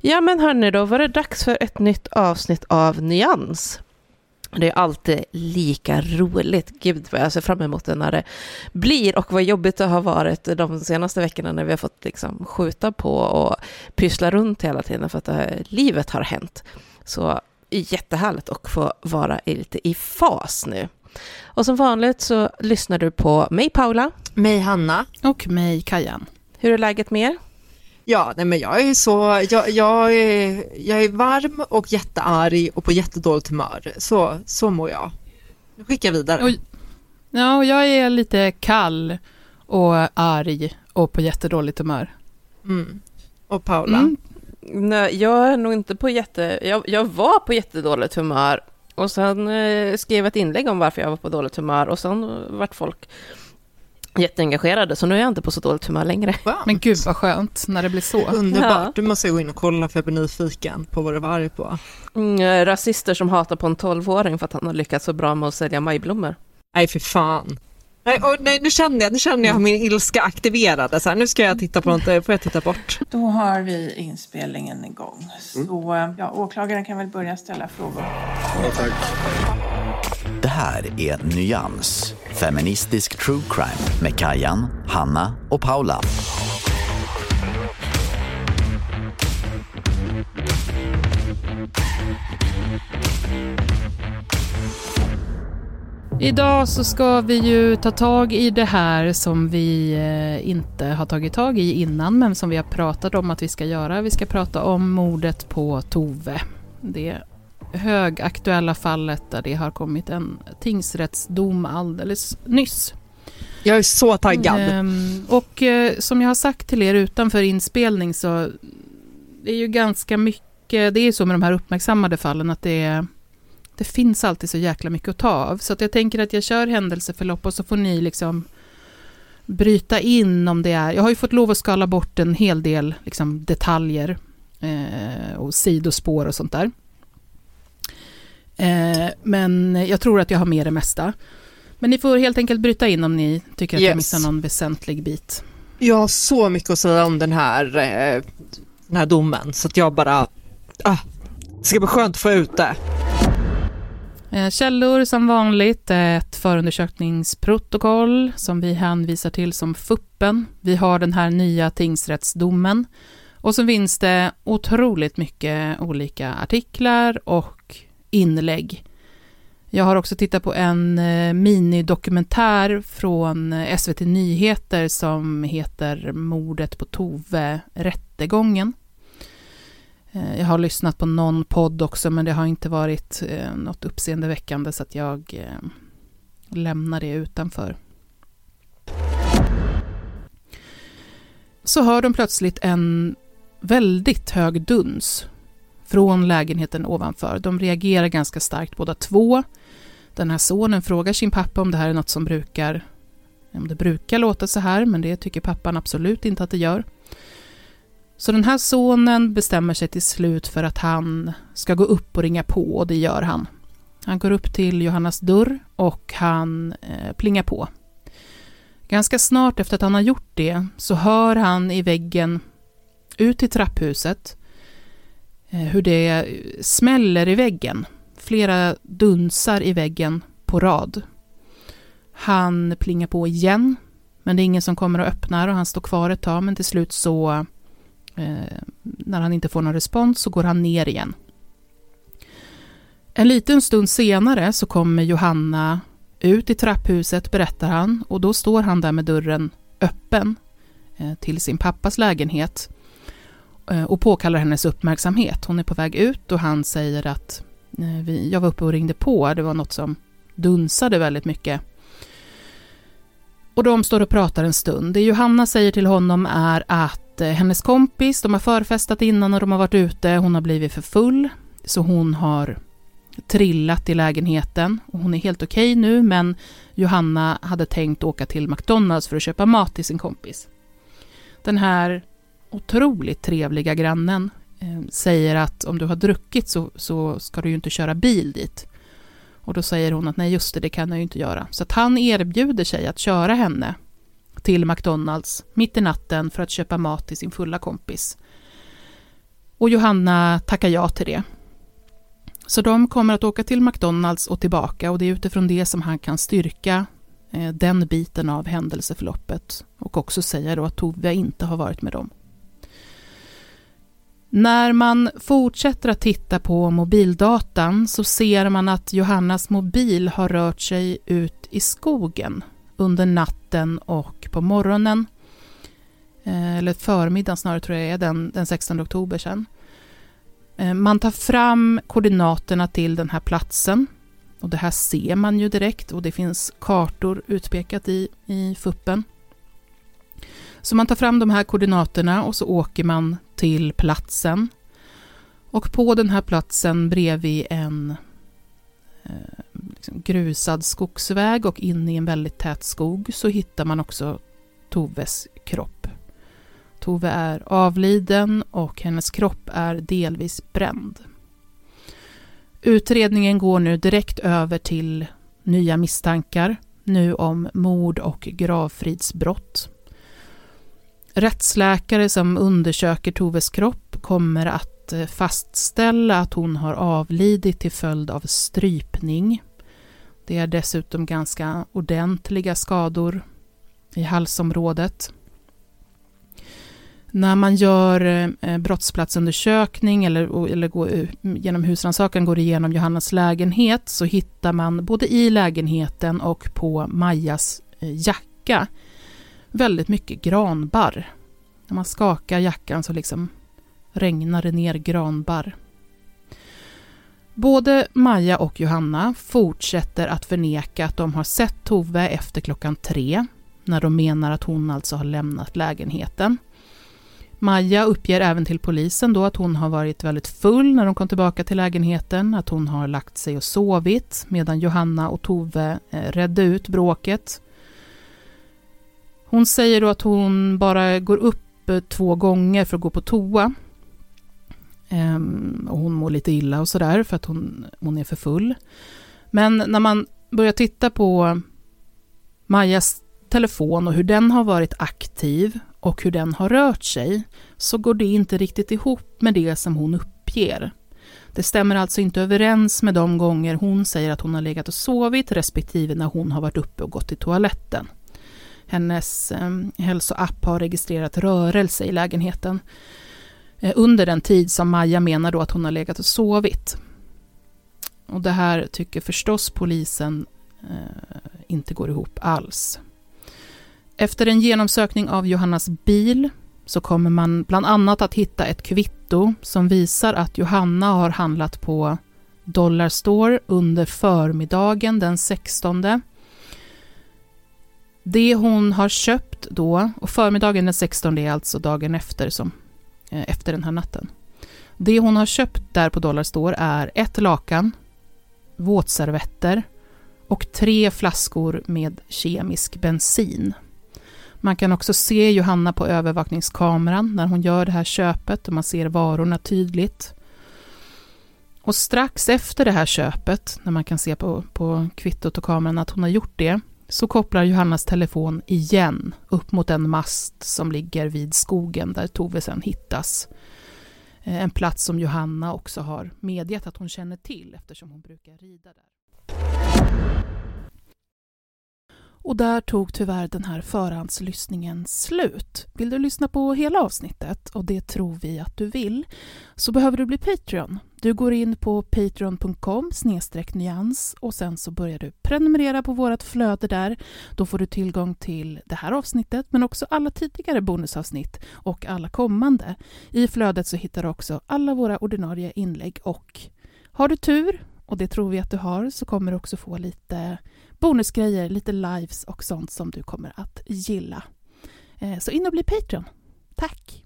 Ja men hörni, då var det dags för ett nytt avsnitt av Nyans. Det är alltid lika roligt. Gud vad jag ser fram emot det när det blir, och vad jobbigt det har varit de senaste veckorna när vi har fått liksom skjuta på och pyssla runt hela tiden för att livet har hänt. Så jättehärligt att få vara lite i fas nu. Och som vanligt så lyssnar du på mig Paula, mig Hanna och mig Kajan. Hur är läget med er? Ja, nej men jag är så jag är varm och jättearg och på jättedåligt humör. Så mår jag. Nu skickar jag vidare. Ja, och jag är lite kall och arg och på jättedåligt humör. Och Paula? Nej, jag är nog inte på jag var på jättedåligt humör och sen skrev ett inlägg om varför jag var på dåligt humör och sen vart folk jätteengagerade, så nu är jag inte på så dåligt humör längre. Wow. Men gud vad skönt när det blir så. Underbart, Ja. Du måste gå in och kolla för jag blir nyfiken på vad du var arg på. Rasister som hatar på en 12-åring för att han har lyckats så bra med att sälja majblommor. Nej för fan. Nej, nu känner jag min ilska aktiverade. Så här, nu ska jag titta på något, får jag titta bort. Då har vi inspelningen igång. Så åklagaren kan väl börja ställa frågor. Ja, tack. Det här är Nyans, feministisk true crime med Kajan, Hanna och Paula. Idag så ska vi ju ta tag i det här som vi inte har tagit tag i innan, men som vi har pratat om att vi ska göra. Vi ska prata om mordet på Tove. Det högaktuella fallet där det har kommit en tingsrättsdom alldeles nyss. Jag är så taggad. Och som jag har sagt till er utanför inspelning, så det är ju ganska mycket, det är så med de här uppmärksammade fallen att det finns alltid så jäkla mycket att ta av. Så att jag tänker att jag kör händelseförlopp och så får ni liksom bryta in om det är. Jag har ju fått lov att skala bort en hel del liksom detaljer och sidospår och sånt där. Men jag tror att jag har med det mesta. Men ni får helt enkelt bryta in om ni tycker att jag missar någon väsentlig bit. Jag har så mycket att säga om den här domen, så att jag bara det ska bli skönt att få ut det. Källor som vanligt, ett förundersökningsprotokoll som vi hänvisar till som FUPen. Vi har den här nya tingsrättsdomen. Och så finns det otroligt mycket olika artiklar och inlägg. Jag har också tittat på en minidokumentär från SVT Nyheter som heter Mordet på Tove, rättegången. Jag har lyssnat på någon podd också, men det har inte varit något uppseendeväckande, så att jag lämnar det utanför. Så hör de plötsligt en väldigt hög duns från lägenheten ovanför. De reagerar ganska starkt båda två. Den här sonen frågar sin pappa om det här är något som brukar låta så här, men det tycker pappan absolut inte att det gör. Så den här sonen bestämmer sig till slut för att han ska gå upp och ringa på, och det gör han. Han går upp till Johannas dörr och han plingar på. Ganska snart efter att han har gjort det så hör han i väggen ut i trapphuset hur det smäller i väggen. Flera dunsar i väggen på rad. Han plingar på igen, men det är ingen som kommer och öppnar, och han står kvar ett tag, men till slut så när han inte får någon respons så går han ner igen. En liten stund senare så kommer Johanna ut i trapphuset, berättar han, och då står han där med dörren öppen till sin pappas lägenhet och påkallar hennes uppmärksamhet. Hon är på väg ut och han säger att jag var uppe och ringde på, det var något som dunsade väldigt mycket. Och de står och pratar en stund. Det Johanna säger till honom är att hennes kompis, de har förfestat innan och de har varit ute, hon har blivit för full, så hon har trillat i lägenheten och hon är helt okej nu, men Johanna hade tänkt åka till McDonalds för att köpa mat till sin kompis. Den här otroligt trevliga grannen säger att om du har druckit så ska du ju inte köra bil dit. Och då säger hon att nej, just det kan jag ju inte göra. Så att han erbjuder sig att köra henne till McDonalds mitt i natten för att köpa mat till sin fulla kompis. Och Johanna tackar ja till det. Så de kommer att åka till McDonalds och tillbaka, och det är utifrån det som han kan styrka den biten av händelseförloppet och också säga då att Tove inte har varit med dem. När man fortsätter att titta på mobildatan så ser man att Johannas mobil har rört sig ut i skogen under natten och på morgonen, eller förmiddagen snarare tror jag är den 16 oktober sedan. Man tar fram koordinaterna till den här platsen, och det här ser man ju direkt, och det finns kartor utpekat i fuppen. Så man tar fram de här koordinaterna och så åker man till platsen. Och på den här platsen bredvid en grusad skogsväg och in i en väldigt tät skog så hittar man också Toves kropp. Tove är avliden och hennes kropp är delvis bränd. Utredningen går nu direkt över till nya misstankar, nu om mord och gravfridsbrott. Rättsläkare som undersöker Toves kropp kommer att fastställa att hon har avlidit till följd av strypning. Det är dessutom ganska ordentliga skador i halsområdet. När man gör brottsplatsundersökning eller går genom husrannsakan, går igenom Johannas lägenhet, så hittar man både i lägenheten och på Majas jacka väldigt mycket granbarr. När man skakar jackan så liksom regnar det ner granbarr. Både Maja och Johanna fortsätter att förneka att de har sett Tove efter 3:00, när de menar att hon alltså har lämnat lägenheten. Maja uppger även till polisen då att hon har varit väldigt full när de kom tillbaka till lägenheten, att hon har lagt sig och sovit medan Johanna och Tove redde ut bråket. Hon säger då att hon bara går upp 2 gånger för att gå på toa. Och hon mår lite illa och sådär för att hon är för full. Men när man börjar titta på Majas telefon och hur den har varit aktiv och hur den har rört sig, så går det inte riktigt ihop med det som hon uppger. Det stämmer alltså inte överens med de gånger hon säger att hon har legat och sovit respektive när hon har varit uppe och gått till toaletten. Hennes hälsoapp har registrerat rörelse i lägenheten under den tid som Maja menar då att hon har legat och sovit. Och det här tycker förstås polisen inte går ihop alls. Efter en genomsökning av Johannas bil så kommer man bland annat att hitta ett kvitto som visar att Johanna har handlat på Dollar Store under förmiddagen den 16. Det hon har köpt då, och förmiddagen den 16 är alltså dagen efter, efter den här natten. Det hon har köpt där på Dollar Store är 1 lakan, våtservetter och 3 flaskor med kemisk bensin. Man kan också se Johanna på övervakningskameran när hon gör det här köpet och man ser varorna tydligt. Och strax efter det här köpet, när man kan se på kvittot och kameran att hon har gjort det, så kopplar Johannas telefon igen upp mot en mast som ligger vid skogen där Tove sen hittas. En plats som Johanna också har medgett att hon känner till eftersom hon brukar rida där. Och där tog tyvärr den här förhandslyssningen slut. Vill du lyssna på hela avsnittet, och det tror vi att du vill, så behöver du bli Patreon. Du går in på patreon.com/nyans och sen så börjar du prenumerera på vårt flöde där. Då får du tillgång till det här avsnittet men också alla tidigare bonusavsnitt och alla kommande. I flödet så hittar du också alla våra ordinarie inlägg, och har du tur, och det tror vi att du har, så kommer du också få lite bonusgrejer, lite lives och sånt som du kommer att gilla. Så in och bli Patreon. Tack!